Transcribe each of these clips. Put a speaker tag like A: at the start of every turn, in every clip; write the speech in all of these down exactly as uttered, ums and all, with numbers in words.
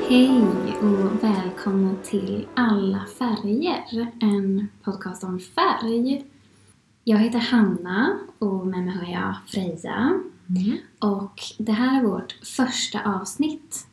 A: Hej och välkomna till Alla färger, en podcast om färg. Jag heter Hanna och med mig har jag Freja. Mm. Och det här är vårt första avsnitt.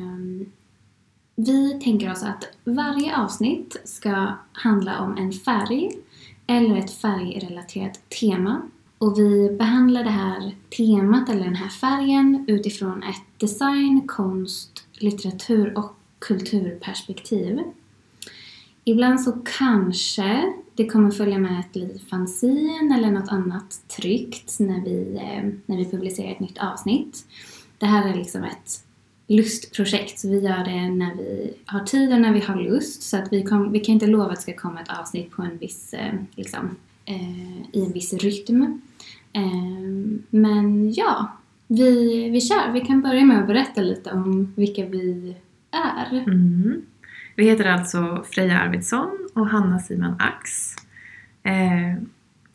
A: Vi tänker oss att varje avsnitt ska handla om en färg eller ett färgrelaterat tema. Och vi behandlar det här temat eller den här färgen utifrån ett design, konst, litteratur och kulturperspektiv. Ibland så kanske det kommer följa med ett litet fanzine eller något annat tryckt när vi, när vi publicerar ett nytt avsnitt. Det här är liksom ett lustprojekt, så vi gör det när vi har tid och när vi har lust. Så att vi, kom, vi kan inte lova att det ska komma ett avsnitt på en viss, liksom, eh, i en viss rytm. Eh, men ja, vi, vi kör. Vi kan börja med att berätta lite om vilka vi är.
B: Mm. Vi heter alltså Freja Arvidsson och Hanna Simon Ax. Eh,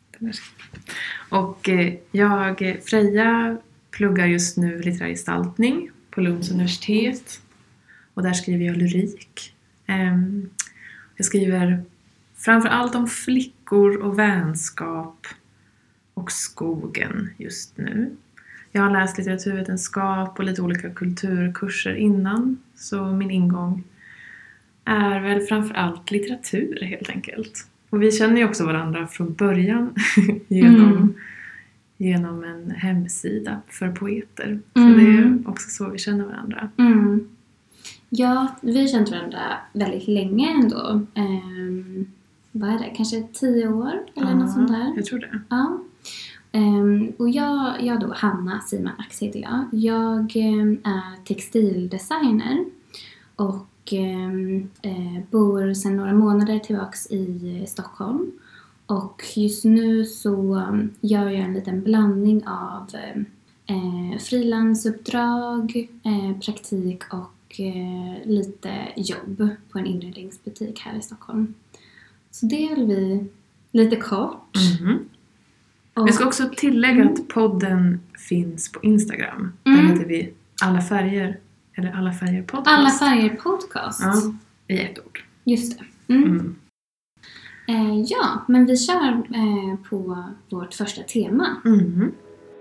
B: och jag, Freja, pluggar just nu litterär gestaltning på Lunds universitet. Och där skriver jag lyrik. Eh, jag skriver framförallt om flickor och vänskap och skogen just nu. Jag har läst litteraturvetenskap och lite olika kulturkurser innan. Så min ingång är väl framförallt litteratur helt enkelt. Och vi känner ju också varandra från början genom, mm. genom en hemsida för poeter. Så mm. det är också så vi känner varandra.
A: Mm. Ja, vi har känt varandra väldigt länge ändå. Um, vad är det? Kanske tio år eller
B: ja,
A: något sånt där?
B: Jag tror det.
A: Ja. Um, och jag, jag då, Hanna Simon Ax heter jag. Jag um, är textildesigner och um, uh, bor sedan några månader tillbaks i Stockholm. Och just nu så um, gör jag en liten blandning av um, uh, frilansuppdrag, uh, praktik och uh, lite jobb på en inredningsbutik här i Stockholm. Så det är väl vi lite kort.
B: Mm-hmm. Jag ska också tillägga mm. att podden finns på Instagram.
A: Mm.
B: Där heter vi Alla färger, eller Alla färger podcast.
A: Alla färger podcast.
B: Ja, i ett ord.
A: Just det. Mm.
B: Mm.
A: Eh, ja, men vi kör eh, på vårt första tema.
B: Mm.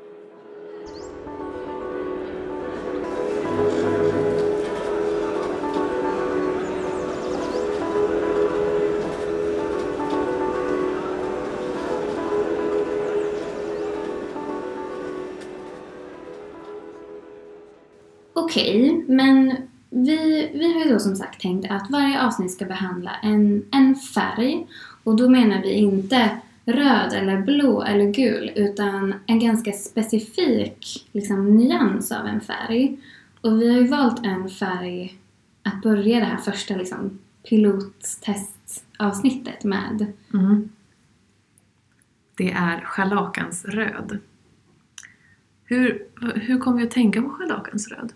A: Okej, men vi, vi har ju då som sagt tänkt att varje avsnitt ska behandla en, en färg. Och då menar vi inte röd eller blå eller gul, utan en ganska specifik liksom, nyans av en färg. Och vi har ju valt en färg att börja det här första liksom, pilottestavsnittet med.
B: Mm. Det är scharlakansröd. Hur, hur kommer vi att tänka på scharlakansröd?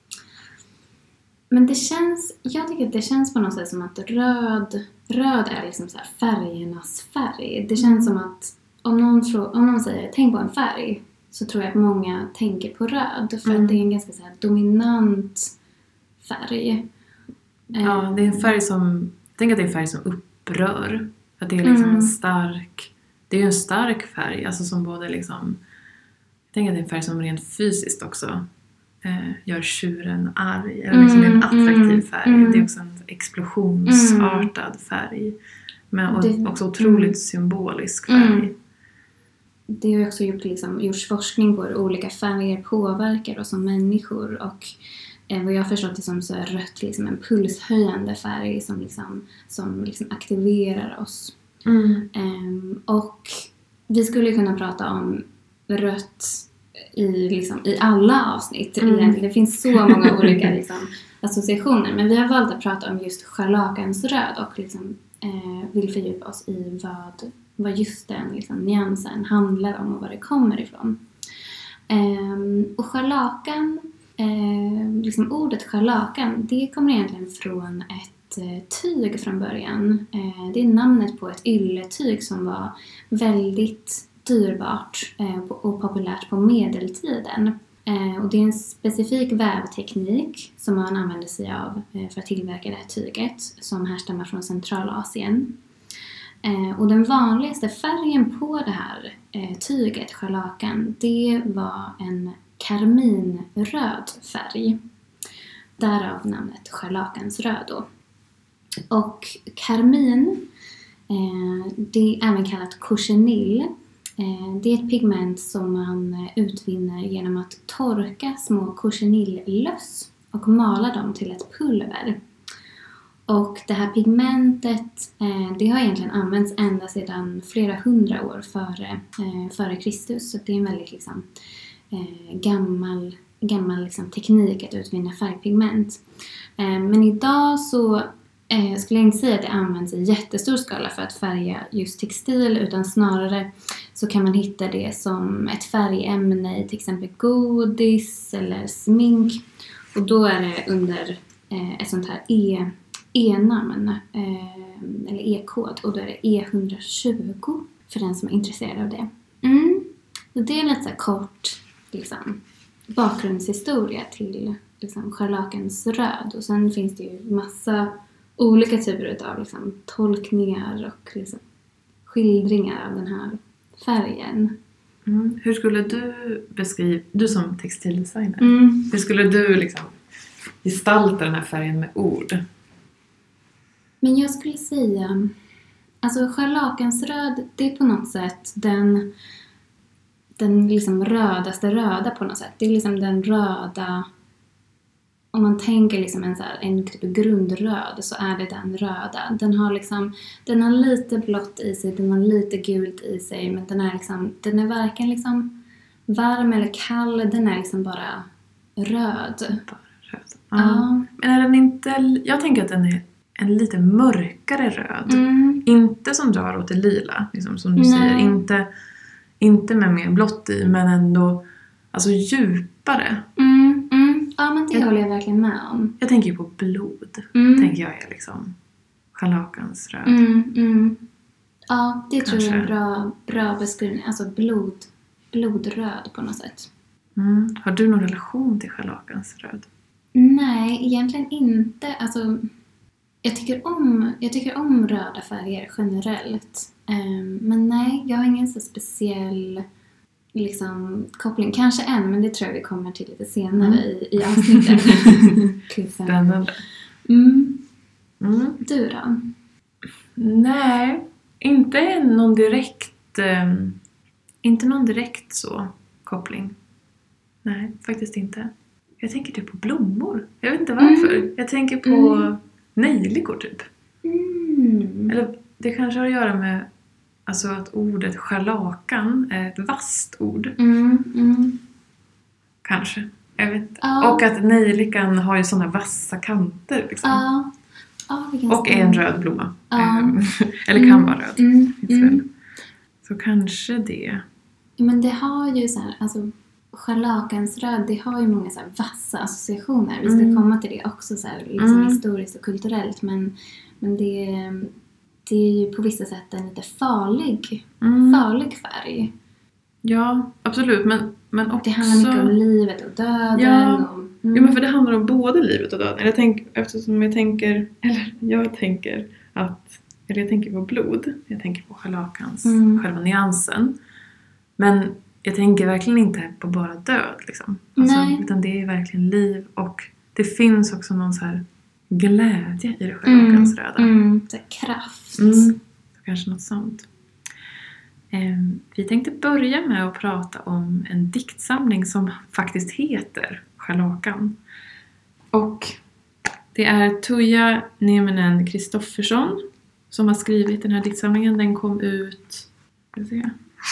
A: Men det känns, jag tycker att det känns på något sätt som att röd, röd är liksom så här färgernas färg. Det känns mm. som att om någon, om någon säger tänk på en färg, så tror jag att många tänker på röd. För mm. att det är en ganska så här dominant färg.
B: Ja, det är en färg som, tänk att det är en färg som upprör. Att det är liksom mm. en stark, det är ju en stark färg, alltså som både liksom, jag tänker att det är en färg som rent fysiskt också eh, gör tjuren arg. Eller liksom mm, det är en attraktiv färg. Mm. Det är också en explosionsartad mm. färg. Men och det, också otroligt mm. symbolisk färg. Mm.
A: Det har också gjort, liksom, gjorts forskning på hur olika färger påverkar oss som människor. Och eh, vad jag har förstått det som så är rött liksom en pulshöjande färg som, liksom, som liksom aktiverar oss.
B: Mm.
A: Eh, och vi skulle kunna prata om rött i, liksom, i alla avsnitt. Mm. Det finns så många olika liksom, associationer. Men vi har valt att prata om just scharlakansröd och liksom, eh, vill fördjupa oss i vad, vad just den liksom, nyansen handlar om och var det kommer ifrån. Eh, och scharlakan, eh, liksom ordet scharlakan, det kommer egentligen från ett eh, tyg från början. Eh, det är namnet på ett ylletyg som var väldigt dyrbart och populärt på medeltiden. Eh, och det är en specifik vävteknik som man använder sig av eh, för att tillverka det här tyget som härstammar från Centralasien. Eh, och den vanligaste färgen på det här eh, tyget, scharlakan, det var en karminröd färg. Därav namnet scharlakansröd då. Och karmin, eh, det är även kallat cochineal. Eh, det är ett pigment som man utvinner genom att torka små cochineallöss och mala dem till ett pulver. Och det här pigmentet, eh, det har egentligen använts ända sedan flera hundra år före, eh, före Kristus. Så det är en väldigt liksom, eh, gammal, gammal liksom, teknik att utvinna färgpigment. Eh, men idag så eh, skulle jag inte säga att det används i jättestor skala för att färga just textil, utan snarare så kan man hitta det som ett färgämne i till exempel godis eller smink. Och då är det under eh, ett sånt här E E-namn eh, eller E-kod, och då är det E etthundratjugo för den som är intresserad av det. Mm. Så det är lite så här kort liksom, bakgrundshistoria till liksom, scharlakansröd, och sen finns det ju massa olika typer av liksom, tolkningar och liksom, skildringar av den här färgen.
B: Mm. Hur skulle du beskriva, du som textildesigner,
A: Mm.
B: hur skulle du liksom gestalta den här färgen med ord?
A: Men jag skulle säga, alltså scharlakansröd, det är på något sätt den, den liksom rödaste röda på något sätt. Det är liksom den röda, om man tänker liksom en, så här, en typ grundröd, så är det den röda. Den har liksom, den har lite blått i sig, den har lite gult i sig, men den är liksom, den är varken liksom varm eller kall, den är liksom bara röd.
B: Bara röd.
A: Ja.
B: Ja. Men är den inte, jag tänker att den är en lite mörkare röd.
A: Mm.
B: Inte som drar åt det lila, liksom, som du
A: Nej.
B: säger. Inte, inte med mer blått i, men ändå alltså djupare.
A: Mm, mm. Ja, men det
B: Jag-
A: håller jag verkligen med om.
B: Jag tänker ju på blod.
A: Mm.
B: Tänker jag är liksom scharlakansröd.
A: Mm, mm. Ja, det tror jag är en
B: Kanske.
A: bra, bra beskrivning. Alltså blod, blodröd på något sätt.
B: Mm. Har du någon relation till scharlakansröd?
A: Nej, egentligen inte. Alltså, jag tycker om, jag tycker om röda färger generellt. Ehm, men nej, jag har ingen så speciell liksom, koppling. Kanske en, men det tror jag vi kommer till lite senare
B: Mm.
A: i, i avsnittet.
B: Spännande.
A: mm.
B: Mm.
A: Du då?
B: Nej, inte någon direkt eh, inte någon direkt så koppling. Nej, faktiskt inte. Jag tänker typ på blommor. Jag vet inte varför.
A: Mm.
B: Jag tänker på
A: Mm.
B: nejlikor typ.
A: Mm.
B: Eller det kanske har att göra med alltså att ordet scharlakan är ett vasst ord.
A: Mm, mm.
B: Kanske. Jag vet inte.
A: Ja.
B: Och att nejlikan har ju sådana vassa kanter liksom.
A: Ja. Ja, vilken
B: Och är en
A: spännande.
B: röd blomma.
A: Ja.
B: Ehm, Eller kan
A: Mm,
B: vara röd.
A: Mm,
B: Finns väl.
A: mm.
B: Så kanske det.
A: Men det har ju så här, alltså scharlakansröd, det har ju många så här vassa associationer. Vi ska
B: Mm.
A: komma till det också så här, liksom
B: Mm.
A: historiskt och kulturellt, men, men det, det är ju på vissa sätt en lite farlig,
B: Mm.
A: farlig färg.
B: Ja, absolut. Men, men också...
A: Det handlar mycket om livet och döden.
B: Ja.
A: Och, mm.
B: Jo, men för det handlar om både livet och döden. Jag tänk, eftersom jag tänker, eller jag tänker att, eller jag tänker på blod. Jag tänker på scharlakans,
A: Mm.
B: själva nyansen. Men jag tänker verkligen inte på bara död liksom. Alltså,
A: Nej.
B: utan det är verkligen liv, och det finns också någon så här glädje i det scharlakansröda.
A: Mm. Mm. Så här kraft.
B: Mm. Kanske något sånt. Ehm, vi tänkte börja med att prata om en diktsamling som faktiskt heter Scharlakan. Och det är Tuija Nieminen Kristoffersson som har skrivit den här diktsamlingen. Den kom ut, ska vi se,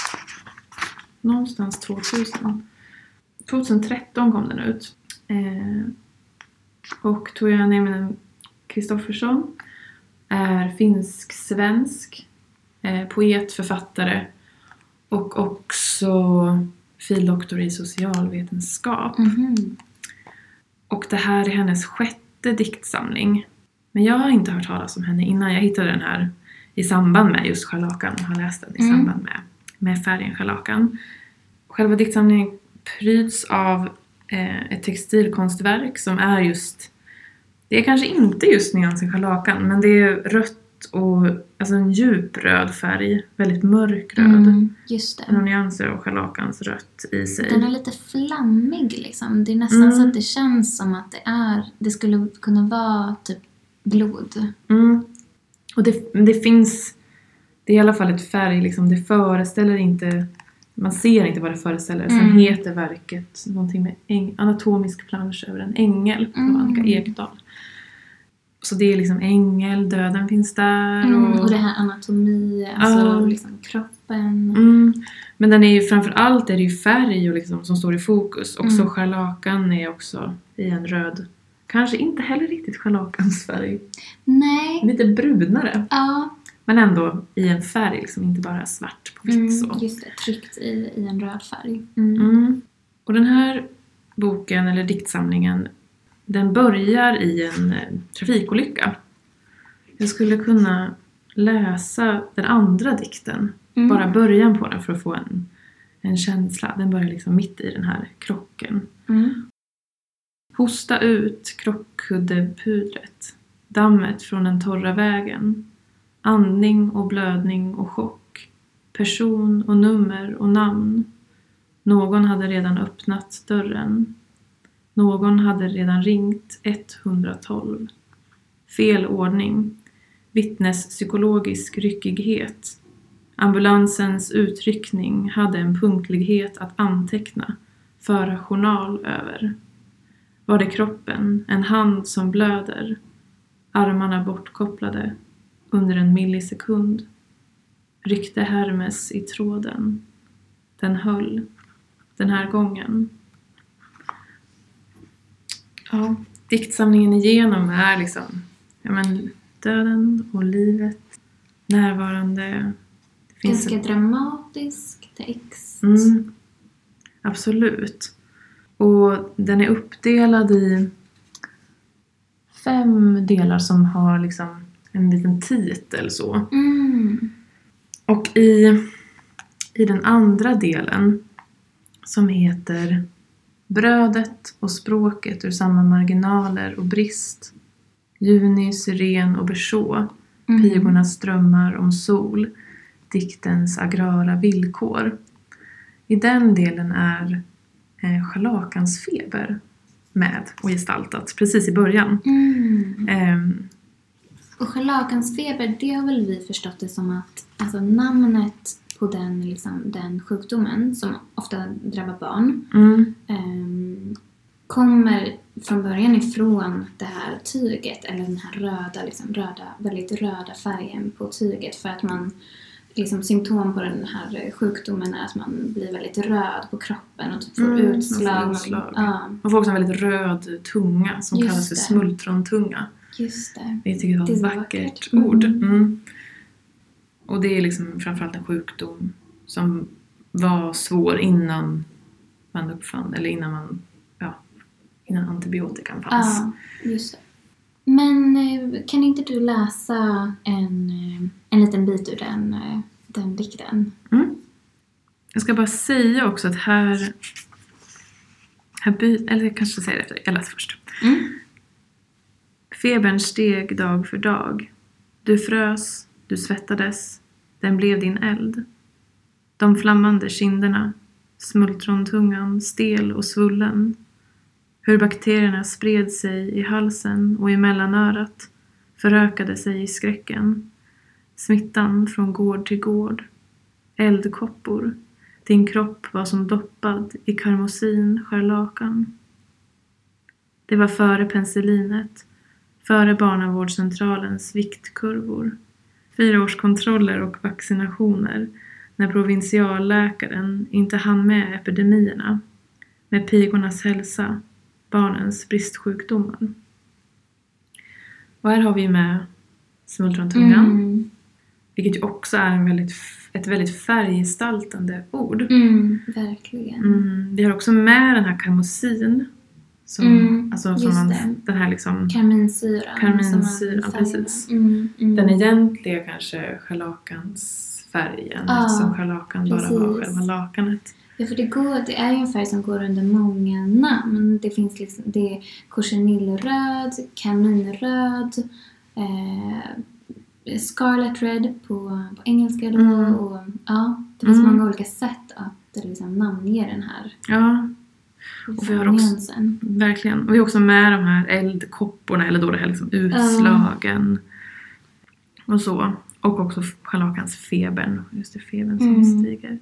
B: någonstans tvåtusen. tjugohundratretton kom den ut. Ehm, och Tuija Nieminen Kristoffersson är finsk-svensk eh, poet, författare och också fildoktor i socialvetenskap.
A: Mhm.
B: Och det här är hennes sjätte diktsamling. Men jag har inte hört talas om henne innan. Jag hittade den här i samband med just scharlakan och har läst den i
A: Mm.
B: samband med, med färgen scharlakan. Själva diktsamlingen pryds av eh, ett textilkonstverk som är just, det är kanske inte just nyansen scharlakan, men det är rött och alltså en djup röd färg, väldigt mörk röd.
A: Mm, just det.
B: Några nyanser av scharlakans rött i sig.
A: Den är lite flammig liksom. Det är nästan
B: Mm.
A: så att det känns som att det är, det skulle kunna vara typ blod.
B: Mm. Och det, det finns, det är i alla fall ett färg liksom, det föreställer inte, man ser inte vad det föreställer. Sen
A: Mm.
B: heter verket någonting med äng, anatomisk plansch över en ängel av
A: Mm.
B: Annika Ekdahl. Så det är liksom ängel, döden finns där.
A: Mm,
B: Och,
A: och det här anatomi, alltså
B: Ja.
A: liksom kroppen.
B: mm, men den är ju framförallt är det ju färg och liksom, som står i fokus. Också
A: Mm.
B: scharlakan är också i en röd, kanske inte heller riktigt scharlakans färg.
A: Nej.
B: Lite brunare.
A: Ja,
B: Men ändå i en färg, liksom inte bara svart på vitt
A: mm,
B: så.
A: just det. Tryckt i, i en röd färg. Mm.
B: Mm. Och den här boken, eller diktsamlingen, den börjar i en eh, trafikolycka. Jag skulle kunna läsa den andra dikten,
A: Mm.
B: bara början på den för att få en, en känsla. Den börjar liksom mitt i den här krocken.
A: Mm.
B: Hosta ut krockkuddepudret, dammet från den torra vägen. Andning och blödning och chock. Person och nummer och namn. Någon hade redan öppnat dörren. Någon hade redan ringt etthundratolv. Fel ordning. Vittnespsykologisk ryckighet. Ambulansens utryckning hade en punktlighet att anteckna. Föra journal över. Var det kroppen, en hand som blöder. Armarna bortkopplade. Under en millisekund. Ryckte Hermes i tråden. Den höll. Den här gången. Ja, diktsamlingen igenom är liksom, ja men, döden och livet närvarande. Det finns
A: Ganska dramatisk text.
B: Mm, absolut. Och den är uppdelad i fem delar som har liksom en liten titel så.
A: Mm.
B: Och i, i den andra delen som heter Brödet och språket ur samma marginaler och brist. Juni, syren och berså.
A: Mm.
B: Pigornas drömmar om sol. Diktens agrara villkor. I den delen är eh, scharlakans feber med och gestaltat precis i början.
A: Mm.
B: Ehm,
A: Och scharlakansfeber, det har väl vi förstått det som att alltså namnet på den, liksom, den sjukdomen som ofta drabbar barn
B: mm,
A: ehm, kommer från början ifrån det här tyget eller den här röda, liksom, röda, väldigt röda färgen på tyget för att man liksom, symptom på den här sjukdomen är att man blir väldigt röd på kroppen och typ får
B: Mm,
A: utslag.
B: man får utslag.
A: Ja,
B: Man får också en väldigt röd tunga som
A: Just
B: kallas för
A: det.
B: smultrontunga.
A: just det.
B: Det tycker jag var
A: Det
B: ett
A: är
B: vackert,
A: vackert.
B: ord.
A: Mm.
B: Mm. Och det är liksom framförallt en sjukdom som var svår innan man uppfann, eller innan man, ja, innan antibiotikan fanns.
A: Ja, just det. Men eh, kan inte du läsa en, eh, en liten bit ur den, eh, den dikten?
B: Mm. Jag ska bara säga också att här, här by, eller jag kanske ska säga det efter, jag läser först.
A: Mm.
B: Febern steg dag för dag. Du frös, du svettades, den blev din eld. De flammande kinderna, smultrontungan stel och svullen. Hur bakterierna spred sig i halsen och i mellanörat, förökade sig i skräcken. Smittan från gård till gård. Eldkoppor. Din kropp var som doppad i karmosin scharlakan. Det var före penicillinet, före barnavårdscentralens viktkurvor, fyraårskontroller och vaccinationer när provinsialläkaren inte hann med epidemierna, med pigornas hälsa, barnens bristsjukdomar. Och här har vi med smultrontungan,
A: Mm.
B: vilket ju också är en väldigt, ett väldigt färggestaltande ord.
A: Mm, verkligen.
B: Mm, vi har också med den här karmosin, som,
A: Mm,
B: alltså, som
A: just
B: man,
A: det.
B: den här liksom,
A: Karminsyran.
B: Karminsyran,
A: som man färgar.
B: precis.
A: Mm, mm.
B: den egentliga kanske scharlakans färgen,
A: Ja,
B: eftersom scharlakan bara var
A: precis.
B: själva lakanet.
A: Ja, för det, går, det är ju en färg som går under många namn. Det finns liksom, det är cochinealröd, kaminröd, eh, scarlet red på, på engelska då.
B: Mm.
A: Och, ja, det finns
B: Mm.
A: många olika sätt att liksom namnge den här.
B: Ja. Och vi har också, verkligen. Och vi har också med de här eldkopporna, eller då det här liksom utslagen. Uh. Och så. Och också scharlakans febern. Just det, febern som
A: mm.
B: stiger.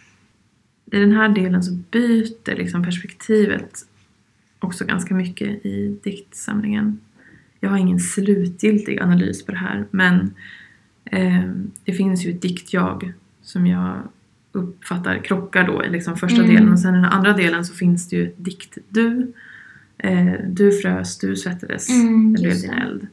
B: I den här delen så byter liksom perspektivet också ganska mycket i diktsamlingen. Jag har ingen slutgiltig analys på det här, men eh, det finns ju ett diktjag som jag uppfattar krockar då i liksom första mm. delen, och sen i den andra delen så finns det ju ett dikt du. Eh, du frös, du svettades,
A: mm,
B: det blev din eld.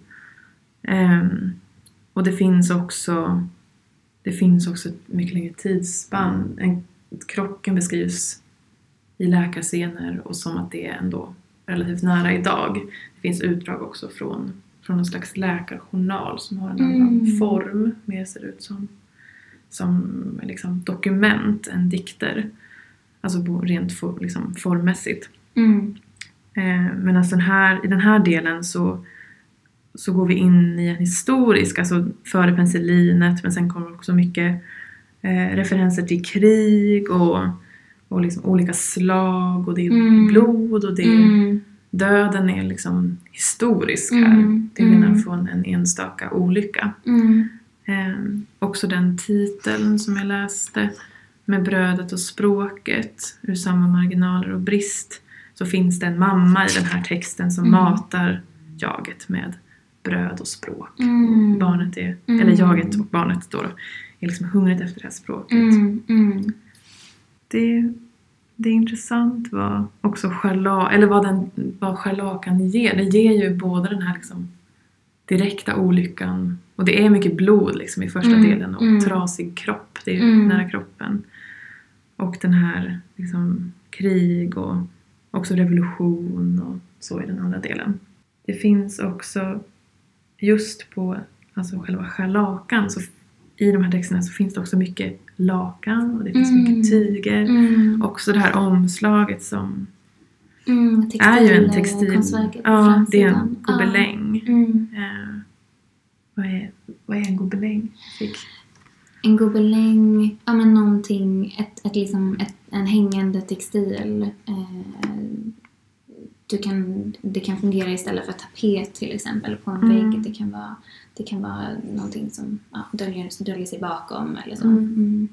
B: Eh, och det finns också det finns också ett mycket längre tidsspann. En, krocken beskrivs i läkarscener och som att det är ändå relativt nära idag. Det finns utdrag också från, från en slags läkarjournal som har en mm. annan form, mer ser ut som som liksom dokument än dikter. Alltså rent for, liksom formmässigt.
A: Mm.
B: Eh, men alltså den här, i den här delen så, så går vi in i en historisk, alltså före penicillinet, men sen kommer också mycket eh, referenser till krig och, och liksom olika slag, och det är mm. blod och det är, mm. döden är liksom historisk här. Mm. Till skillnad mm. från en enstaka olycka.
A: Mm.
B: Eh, också den titeln som jag läste, med brödet och språket ur samma marginaler och brist, så finns det en mamma i den här texten som mm. matar jaget med bröd och språk.
A: Mm.
B: Barnet är,
A: mm.
B: eller jaget och barnet då, då är liksom hungrigt efter det här språket.
A: Mm. Mm.
B: Det, det är intressant vad också scharla, eller vad, den, vad scharlakan ger. Det ger ju både den här liksom direkta olyckan, och det är mycket blod liksom i första mm. delen, och mm. trasig kropp, det är ju mm. nära kroppen, och den här liksom krig och också revolution och så i den andra delen. Det finns också just på alltså själva scharlakan, så i de här texterna så finns det också mycket lakan och det finns mm. mycket tyger. Mm. Också det här omslaget som
A: mm, textil,
B: är ju en textil. Ja, det är en gobeläng.
A: Ah. Mm.
B: Eh, vad, är, vad är en gobeläng? Fick.
A: En gobeläng, ja men någonting, ett, ett liksom, ett, en hängande textil. Eh, du kan, det kan fungera istället för tapet till exempel på en mm. vägg. Det kan vara, det kan vara någonting som ja, döljer, döljer sig bakom eller så.
B: Mm. Mm.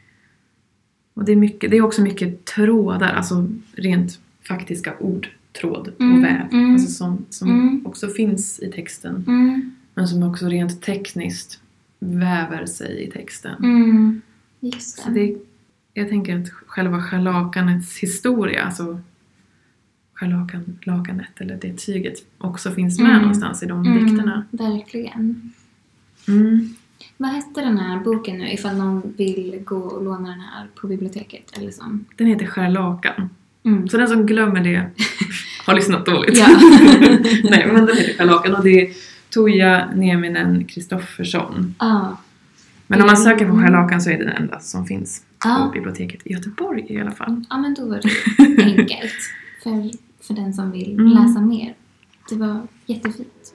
B: Och det är, mycket, det är också mycket trådar, alltså rent faktiska ordtråd och
A: mm.
B: väv.
A: Mm.
B: Alltså som, som
A: mm.
B: också finns i texten.
A: Mm.
B: Men som också rent tekniskt väver sig i texten.
A: Mm. Just det.
B: Så det, jag tänker att själva scharlakanets historia, alltså scharlakan, lakanet eller det tyget, också finns med mm. någonstans i de mm. dikterna.
A: Verkligen.
B: Mm.
A: Vad hette den här boken nu, ifall någon vill gå och låna den här på biblioteket eller så?
B: Den heter Scharlakan.
A: Mm.
B: Så den som glömmer det har lyssnat dåligt.
A: Ja.
B: Nej, men den heter Scharlakan, och det är Tuija Nieminen Kristoffersson.
A: Ah.
B: Men om man söker på Scharlakan så är det den enda som finns
A: ah.
B: på biblioteket i Göteborg i alla fall.
A: Ja, men då var det enkelt för, för den som vill mm. läsa mer. Det var jättefint.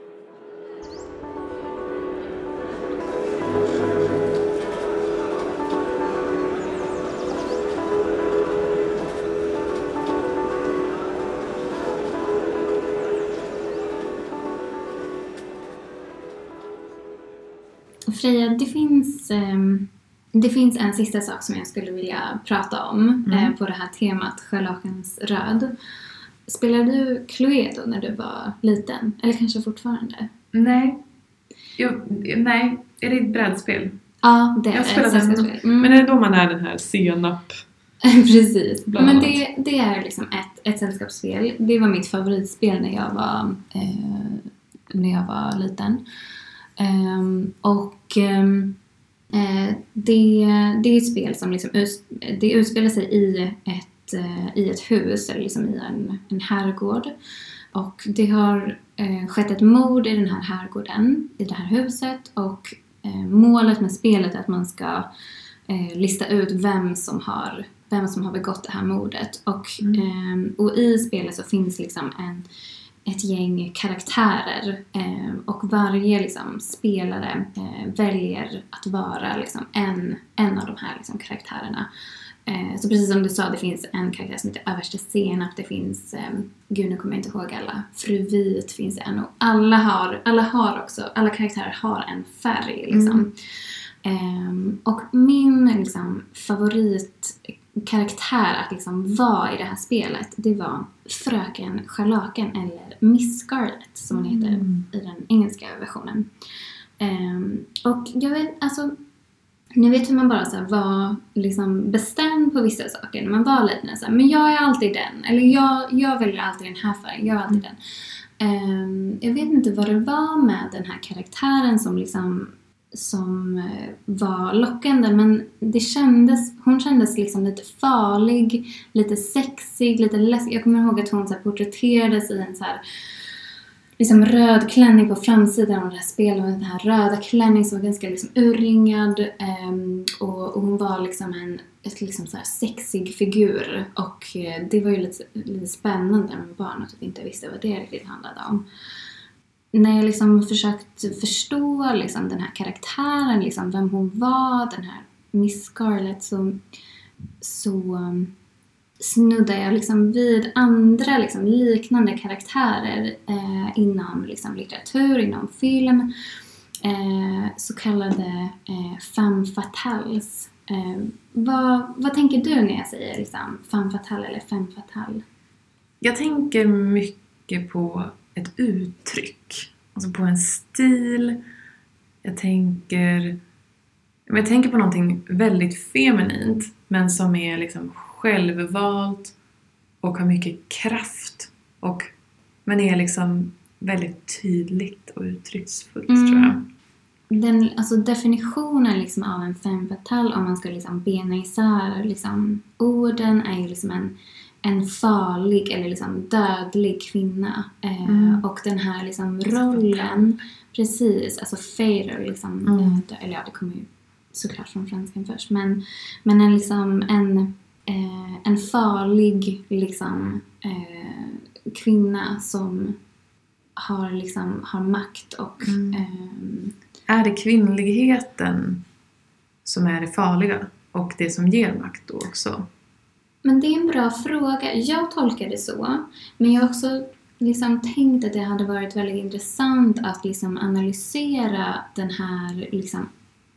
A: Freja, det finns, um, det finns en sista sak som jag skulle vilja prata om mm. eh, på det här temat scharlakans röd. Spelade du Cluedo när du var liten? Eller kanske fortfarande?
B: Nej. Jo, nej, är det ett brädspel?
A: Ja, det är
B: jag
A: ett brädspel.
B: Mm. Men är det då man är den här senap?
A: Precis. Men det, det är liksom ett, ett sällskapsspel. Det var mitt favoritspel när jag var, eh, när jag var liten. Um, och um, uh, det, det är ett spel som liksom ut, det utspelar sig i ett, uh, i ett hus eller liksom i en, en herrgård, och det har uh, skett ett mord i den här herrgården, i det här huset, och uh, målet med spelet är att man ska uh, lista ut vem som har vem som har begått det här mordet. Och,
B: Mm.
A: eh, och i spelet så finns liksom en, ett gäng karaktärer. Eh, och varje liksom, spelare eh, väljer att vara liksom, en, en av de här liksom, karaktärerna. Eh, så precis som du sa, det finns en karaktär som heter Överste Senap. Det finns, eh, gud nu kommer jag inte ihåg alla. Fru Vit finns en. Och alla har, alla har också, alla karaktärer har en färg liksom.
B: Mm.
A: Um, och min liksom, favoritkaraktär att liksom, vara i det här spelet, det var Fröken Scharlaken eller Miss Scarlet som hon heter
B: Mm.
A: i den engelska versionen. Um, och jag vet, alltså nu vet hur man bara så här, var liksom, bestämd på vissa saker när man var liten. Så här, men jag är alltid den, eller jag, jag väljer alltid den här färgen, jag är alltid den. Um, jag vet inte vad det var med den här karaktären som liksom som var lockande, men det kändes, hon kändes liksom lite farlig, lite sexig, lite läskig. Jag kommer ihåg att hon så här porträtterades i en så här liksom röd klänning på framsidan av det här spelet, med den här röda klänning som var ganska liksom urringad, um, och, och hon var liksom en ett liksom så här sexig figur, och uh, det var ju lite, lite spännande med barn att vi inte visste vad det riktigt handlade om. När jag liksom försökt förstå liksom den här karaktären, liksom vem hon var, den här Miss Scarlet, så, så um, snuddar jag liksom vid andra liksom liknande karaktärer eh, inom liksom litteratur, inom film, eh, så kallade eh, femme fatales. Eh, vad, vad tänker du när jag säger liksom femme fatale eller femme fatale?
B: Jag tänker mycket på ett uttryck, alltså på en stil. Jag tänker jag tänker på någonting väldigt feminint, men som är liksom självvalt och har mycket kraft, och men är liksom väldigt tydligt och uttrycksfullt, mm. tror jag.
A: Den, alltså definitionen liksom av en femme fatale, om man ska liksom bena isär liksom orden, är ju liksom en en farlig eller liksom dödlig kvinna. Eh, mm. Och den här liksom rollen, precis, alltså fatal liksom, mm. eh, eller ja, det kommer ju såklart från franskan först, men, men en liksom en, eh, en farlig liksom eh, kvinna som har liksom har makt och
B: mm.
A: eh,
B: är det kvinnligheten som är det farliga och det som ger makt då också?
A: Men det är en bra fråga. Jag tolkar det så. Men jag har också liksom tänkt att det hade varit väldigt intressant att liksom analysera den här liksom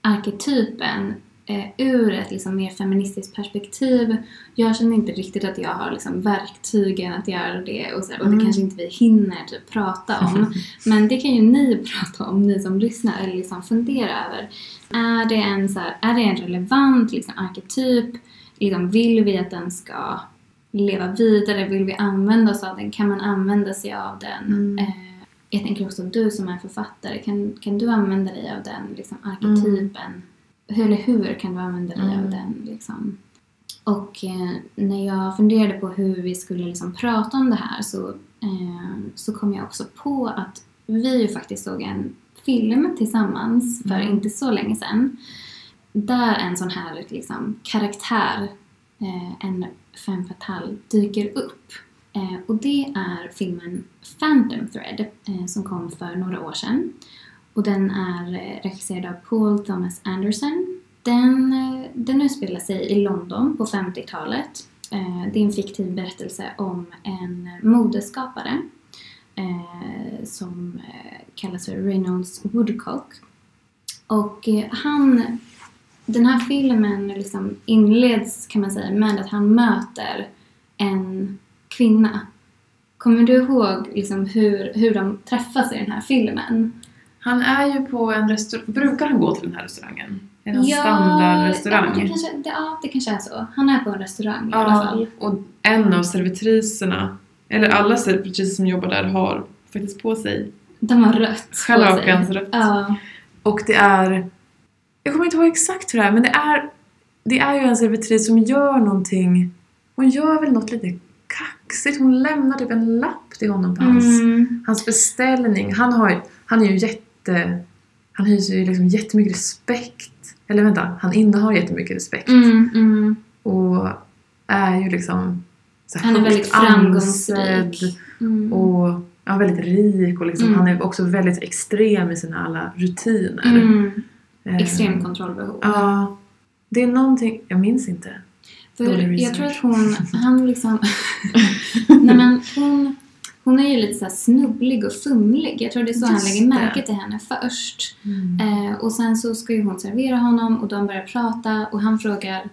A: arketypen eh, ur ett liksom mer feministiskt perspektiv. Jag känner inte riktigt att jag har liksom verktygen att göra det. Och, så, och det mm. kanske inte vi hinner typ prata om. Men det kan ju ni prata om, ni som lyssnar. Eller liksom fundera över. Är det en, så här, är det en relevant liksom, arketyp? Liksom, vill vi att den ska leva vidare? Vill vi använda oss av den? Kan man använda sig av den? Mm. Eh, jag tänker också du som är författare. Kan, kan du använda dig av den liksom, arketypen? Mm. Eller hur kan du använda dig mm. av den? Liksom? Och eh, när jag funderade på hur vi skulle liksom, prata om det här så, eh, så kom jag också på att vi ju faktiskt såg en film tillsammans för mm. inte så länge sedan. Där en sån här liksom, karaktär, eh, en femme fatale, dyker upp. Eh, och det är filmen Phantom Thread eh, som kom för några år sedan. Och den är eh, regisserad av Paul Thomas Anderson. Den, eh, den utspelar sig i London på femtiotalet. Eh, det är en fiktiv berättelse om en modeskapare eh, som eh, kallas för Reynolds Woodcock. Och eh, han... Den här filmen liksom inleds kan man säga med att han möter en kvinna. Kommer du ihåg liksom hur, hur de träffas i den här filmen?
B: Han är ju på en restaurang. Brukar han gå till den här restaurangen? Är det en ja, standardrestaurang?
A: Ja det, kanske, det, ja, det kanske är så. Han är på en restaurang
B: ja,
A: i alla fall.
B: Och en av servitriserna, eller alla servitriser som jobbar där har faktiskt på sig.
A: De har rött på sig.
B: Scharlakans rött.
A: Ja.
B: Och det är... Jag kommer inte ihåg exakt hur det är, men det är, det är ju en servitris som gör någonting. Hon gör väl något lite kaxigt. Hon lämnar typ en lapp till honom på hans, mm. hans beställning. Han, har, han är ju jätte... Han hyser ju liksom jättemycket respekt. Eller vänta, han innehar jättemycket respekt.
A: Mm, mm.
B: Och är ju liksom så här
A: han är väldigt
B: högt ansedd
A: framgångsrik. Mm.
B: och ja, väldigt rik och liksom,
A: Mm.
B: han är också väldigt extrem i sina alla rutiner.
A: Mm.
B: Eh,
A: Extrem kontrollbehov.
B: Ja, det är någonting, jag minns inte.
A: För jag tror att hon, han liksom, nej men hon, hon är ju lite så här snubblig och fumlig. Jag tror det är så
B: Just
A: han lägger märke
B: det.
A: till henne först.
B: Mm.
A: Eh, och sen så ska ju hon servera honom och de börjar prata och han frågar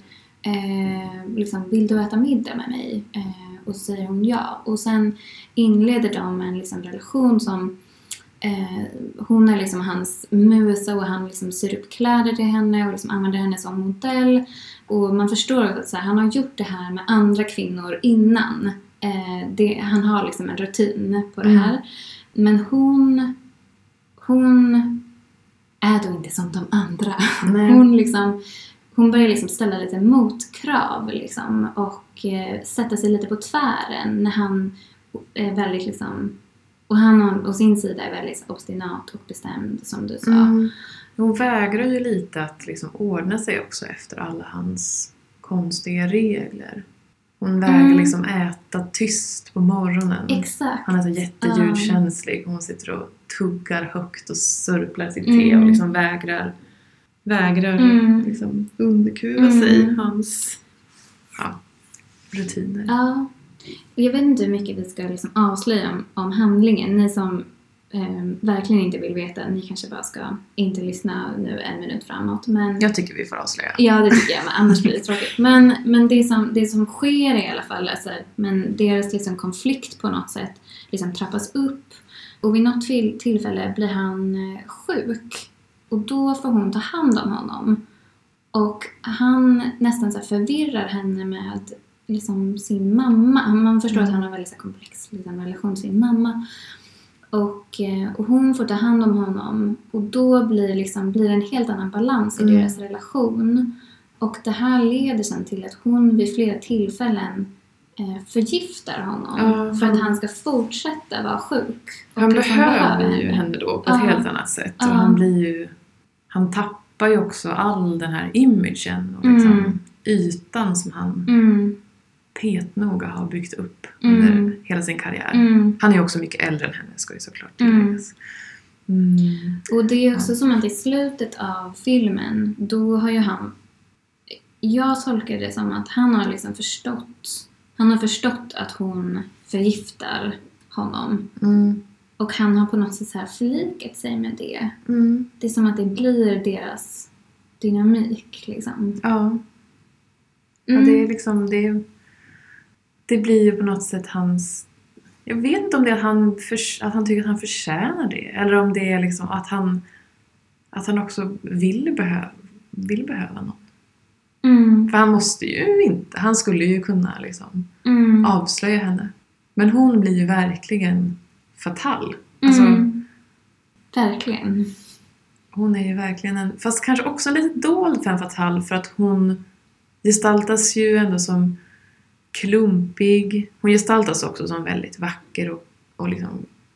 A: eh, liksom, vill du äta middag med mig? Eh, och så säger hon ja. Och sen inleder de en liksom, relation som eh, hon är liksom hans musa och han liksom syr upp kläder till henne och liksom använder henne som modell. Och man förstår att så här, han har gjort det här med andra kvinnor innan. Eh, det, han har liksom en rutin på det här. Mm. Men hon, hon är då inte som de andra. Nej. Hon, liksom, hon börjar liksom ställa lite motkrav liksom, och eh, sätta sig lite på tvären när han är väldigt liksom, och han å sin sida är väldigt obstinat och bestämd som du sa.
B: Mm. Hon vägrar ju lite att liksom ordna sig också efter alla hans konstiga regler. Hon vägrar mm. liksom äta tyst på morgonen.
A: Exakt.
B: Han är så jätteljudkänslig. Hon sitter och tuggar högt och sörplar sitt te mm. och liksom vägrar vägrar mm. liksom underkuva mm. sig hans ja, rutiner.
A: Ja. Jag vet inte hur mycket vi ska liksom avslöja om, om handlingen. Ni som eh, verkligen inte vill veta, ni kanske bara ska inte lyssna nu en minut framåt. Men,
B: jag tycker vi får avslöja.
A: Ja, det tycker jag, men annars blir det tråkigt. Men, men det, som, det som sker i alla fall, alltså, men deras liksom konflikt på något sätt liksom trappas upp. Och vid något till, tillfälle blir han eh, sjuk. Och då får hon ta hand om honom. Och han nästan så här förvirrar henne med liksom sin mamma. Man förstår mm. att han har en väldigt så komplex liksom, relation till sin mamma. Och, och hon får ta hand om honom. Och då blir, liksom, blir det en helt annan balans i mm. deras relation. Och det här leder sen till att hon vid flera tillfällen eh, förgiftar honom. Mm. För att han ska fortsätta vara sjuk. Och
B: han
A: liksom
B: behöver ju henne då på ett mm. helt annat sätt. Och mm. han blir ju... Han tappar ju också all den här imagen och liksom mm. ytan som han... Mm. petnoga har byggt upp mm. under hela sin karriär. Mm. Han är ju också mycket äldre än henne, ska ju såklart tilläggas.
A: Mm. Mm. Och det är också ja. som att i slutet av filmen, då har ju han... Jag tolkar det som att han har liksom förstått... Han har förstått att hon förgiftar honom. Mm. Och han har på något sätt så här förlikat sig med det. Mm. Det är som att det blir deras dynamik, liksom.
B: Ja. Mm. Ja, det är liksom... Det är... Det blir ju på något sätt hans... Jag vet inte om det är att han, för, att han tycker att han förtjänar det. Eller om det är liksom att han, att han också vill behöva, vill behöva någon. Mm. För han måste ju inte. Han skulle ju kunna liksom mm. avslöja henne. Men hon blir ju verkligen fatal. Alltså,
A: mm. Verkligen.
B: Hon är ju verkligen en... Fast kanske också lite dold fem fatal. För att hon gestaltas ju ändå som... klumpig. Hon gestaltas också som väldigt vacker och, och liksom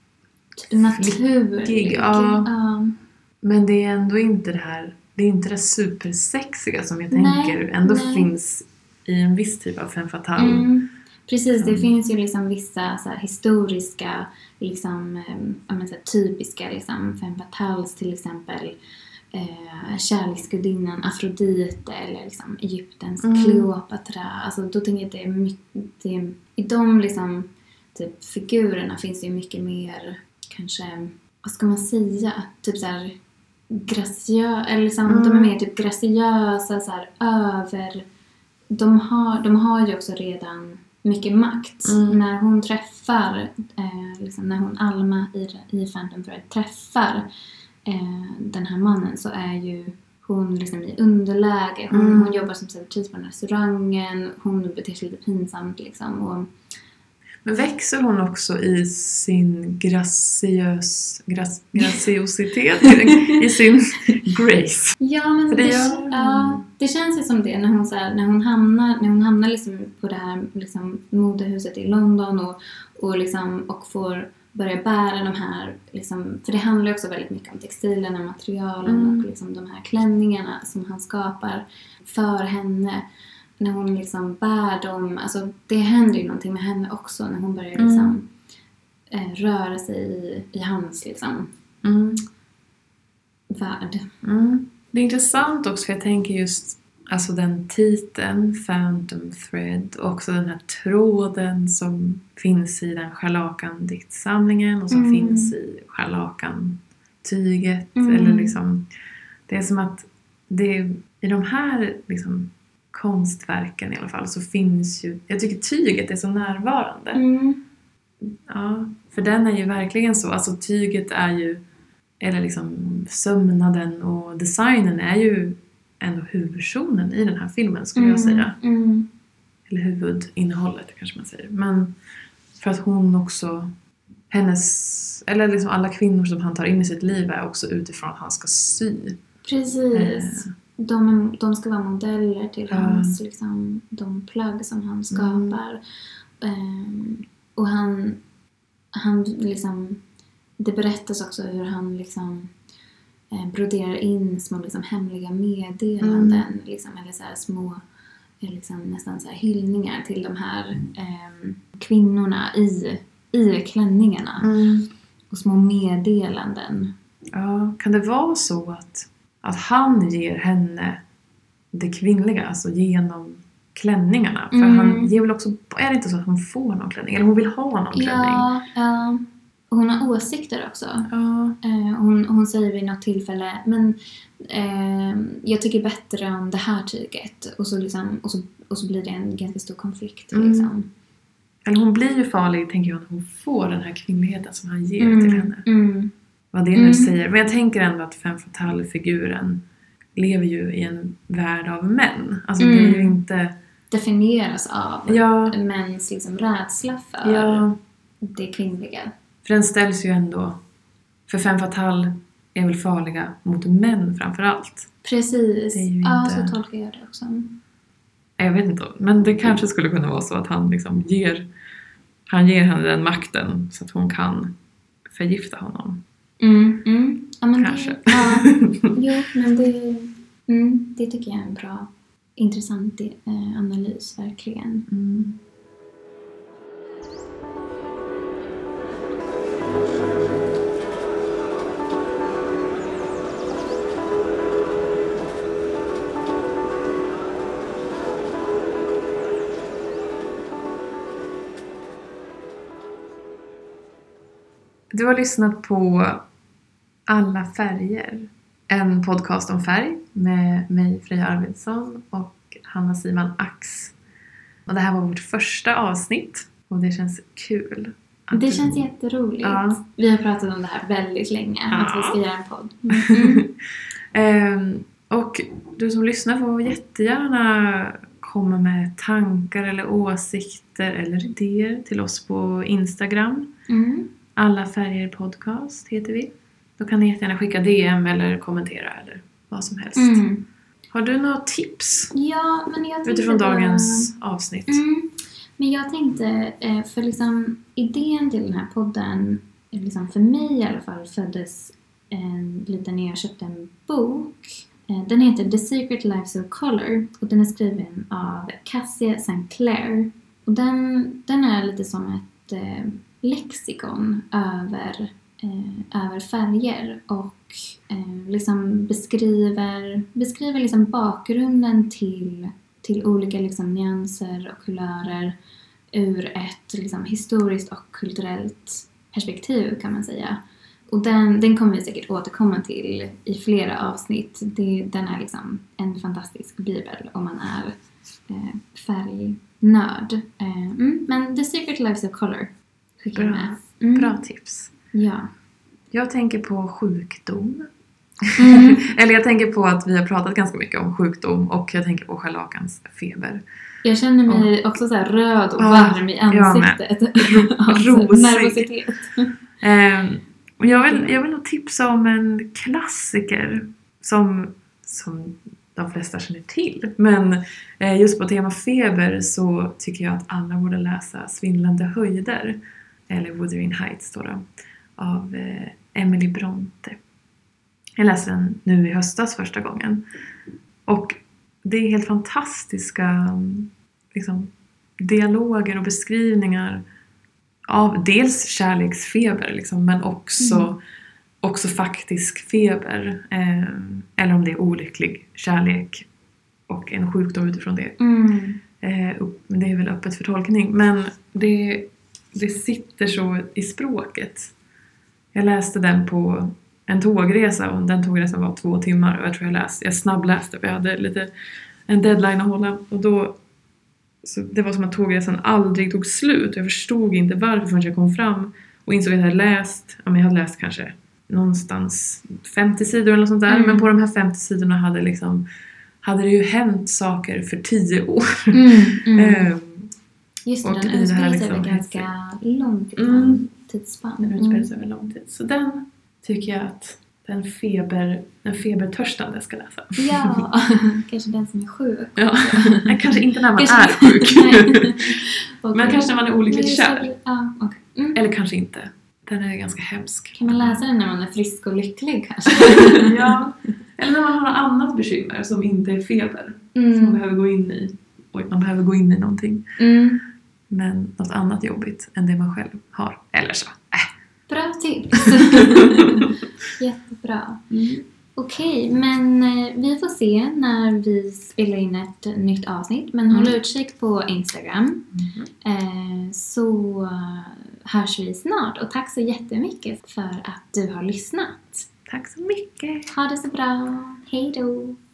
A: naturlig.
B: Ja. Um. Men det är ändå inte det här, det är inte det supersexiga som jag nej, tänker ändå nej. finns i en viss typ av femme fatale. Mm.
A: Precis, det mm. finns ju liksom vissa så här, historiska liksom, äh, men, så här, typiska liksom, femme fatales, till exempel Eh, kärleksgudinnan Afrodite eller liksom Egyptens mm. Kleopatra. Alltså då tänker jag att det är mycket, det är, i de liksom typ figurerna finns det ju mycket mer kanske, vad ska man säga, typ så här graciösa, eller liksom mm. de är mer typ graciösa så här över, de har, de har ju också redan mycket makt. Mm. När hon träffar eh, liksom när hon Alma i, i Phantom Thread träffar Eh, den här mannen, så är ju hon liksom i underläge. Hon, mm. hon jobbar som servitris på den restaurangen. Hon beter sig lite pinsamt liksom. Och...
B: Men växer hon också i sin graciös, grac, graciositet i sin grace?
A: Ja, men det, det, gör... ja, det känns ju som det när hon, så här, när hon hamnar, när hon hamnar liksom på det här liksom, modehuset i London och, och, liksom, och får börja bära de här, liksom, för det handlar också väldigt mycket om textilerna, materialen mm. och liksom de här klänningarna som han skapar för henne. när hon liksom bär dem, alltså det händer ju någonting med henne också när hon börjar liksom mm. eh, röra sig i, i hans liksom
B: mm.
A: värld.
B: Mm. Det är intressant också för jag tänker just alltså den titeln, Phantom Thread, och också den här tråden som finns i den scharlakan-diktsamlingen och som mm. finns i scharlakan-tyget. Mm. Eller liksom, det är som att det, i de här liksom, konstverken i alla fall så finns ju, jag tycker tyget är så närvarande.
A: Mm.
B: Ja, för den är ju verkligen så, alltså tyget är ju, eller liksom sömnaden och designen är ju ändå huvudpersonen i den här filmen skulle
A: mm,
B: jag säga.
A: Mm.
B: Eller huvudinnehållet kanske man säger. Men för att hon också, hennes, eller liksom alla kvinnor som han tar in i sitt liv är också utifrån att han ska sy.
A: Precis. Eh. De, de ska vara modeller till ja. hans, liksom, de plagg som han skapar. Mm. Um, och han, han liksom, det berättas också hur han liksom broderar in små liksom, hemliga meddelanden mm. liksom, eller så här små liksom, nästan så här hyllningar till de här eh, kvinnorna i, i klänningarna
B: mm.
A: och små meddelanden.
B: Ja, kan det vara så att, att han ger henne det kvinnliga, alltså genom klänningarna? För
A: mm.
B: han ger väl också, är det inte så att hon får någon klänning? Eller hon vill ha någon klänning?
A: Ja, ja. Och hon har åsikter också.
B: Ja.
A: Eh, hon, hon säger vid något tillfälle, men eh, jag tycker bättre om det här tyget. Och så, liksom, och så, och så blir det en ganska stor konflikt.
B: Mm.
A: Liksom.
B: Eller hon blir ju farlig, tänker jag, när hon får den här kvinnligheten som han ger
A: mm.
B: till henne.
A: Mm.
B: Vad det nu mm. säger. Men jag tänker ändå att Femme Fatale-figuren lever ju i en värld av män. Alltså mm. det är ju inte...
A: definieras av
B: ja.
A: mäns liksom, rädsla för
B: ja.
A: det kvinnliga.
B: För den ställs ju ändå... För Femme Fatale är väl farliga mot män framförallt.
A: Precis. Ja,
B: inte...
A: så tolkar jag det också.
B: Jag vet inte. Men det kanske skulle kunna vara så att han liksom ger... Han ger henne den makten så att hon kan förgifta honom.
A: Mm, mm. Ja, men
B: kanske.
A: Det, ja, jo, men det, mm, det tycker jag är en bra, intressant eh, analys, verkligen.
B: Mm. Du har lyssnat på Alla färger. En podcast om färg med mig, Freja Arvidsson, och Hanna Siman Ax. Och det här var vårt första avsnitt och det känns kul.
A: Det du... känns jätteroligt.
B: Ja.
A: Vi har pratat om det här väldigt länge, ja. Att vi ska göra en podd.
B: Mm. um, och du som lyssnar får jättegärna komma med tankar eller åsikter eller idéer till oss på Instagram.
A: Mm.
B: Alla färger podcast heter vi. Då kan ni jättegärna skicka D M eller kommentera eller vad som helst.
A: Mm.
B: Har du några tips?
A: Ja, men jag
B: utifrån
A: på...
B: dagens avsnitt?
A: Mm. Men jag tänkte, för liksom idén till den här podden, liksom för mig i alla fall, föddes en, lite när jag köpte en bok. Den heter The Secret Lives of Color och den är skriven av Cassia Saint Clair. Och den, den är lite som ett eh, lexikon över, eh, över färger och eh, liksom beskriver, beskriver liksom bakgrunden till, till olika liksom nyanser och kulörer ur ett liksom historiskt och kulturellt perspektiv, kan man säga. Och den, den kommer vi säkert återkomma till i flera avsnitt. Det, den är liksom en fantastisk bibel om man är eh, färgnörd. Eh, mm, men The Secret Lives of Color skickar med.
B: Mm. Bra tips.
A: Ja.
B: Jag tänker på sjukdom.
A: Mm.
B: Eller jag tänker på att vi har pratat ganska mycket om sjukdom och jag tänker på scharlakans feber.
A: Jag känner mig och, också så här röd och varm i ansiktet.
B: Rosig.
A: Nervositet.
B: um, och jag vill, jag vill nog tipsa om en klassiker som, som de flesta känner till. Men eh, just på tema feber så tycker jag att alla borde läsa Svindlande höjder. Eller Wuthering Heights står det. Av eh, Emily Bronte. Jag läste den nu i höstas första gången. Och det är helt fantastiska liksom, dialoger och beskrivningar av dels kärleksfeber liksom, men också, mm. också faktisk feber. Eh, eller om det är olycklig kärlek och en sjukdom utifrån det.
A: Mm.
B: Eh, det är väl öppet för tolkning. Men det, det sitter så i språket. Jag läste den på en tågresa och den tågresan var två timmar och jag tror jag läste, jag snabbläste för jag hade lite en deadline att hålla och då så det var som att tågresan aldrig tog slut. Jag förstod inte varför förrän jag kom fram och insåg att jag hade läst, ja, men jag hade läst kanske någonstans femtio sidor eller något sånt där, mm. men på de här femtio sidorna hade liksom hade det ju hänt saker för tio år.
A: Mm, mm.
B: um,
A: Just det, den utspelar sig över ganska lång tid,
B: mm.
A: tidsspann.
B: Den utspelar sig över lång tid. Så den tycker jag att den feber, den febertörstande ska läsa.
A: Ja, kanske den som är sjuk.
B: Ja, kanske inte när man
A: kanske
B: är sjuk.
A: Okay.
B: Men kanske när man är olyckligt
A: Nej,
B: kär.
A: Ja, okay. Mm.
B: Eller kanske inte. Den är ganska hemsk.
A: Kan man läsa den när man är frisk och lycklig kanske?
B: Ja, eller när man har något annat bekymmer som inte är feber.
A: Mm.
B: Som man behöver gå in i. Oj, man behöver gå in i någonting.
A: Mm.
B: Men något annat jobbigt än det man själv har. Eller så. Äh.
A: Bra tips. Jättebra. Mm. Okej, okay, men vi får se när vi spelar in ett nytt avsnitt. Men håll mm. utkik på Instagram. Mm. Eh, så hörs vi snart. Och tack så jättemycket för att du har lyssnat.
B: Tack så mycket.
A: Ha det så bra. Hej då.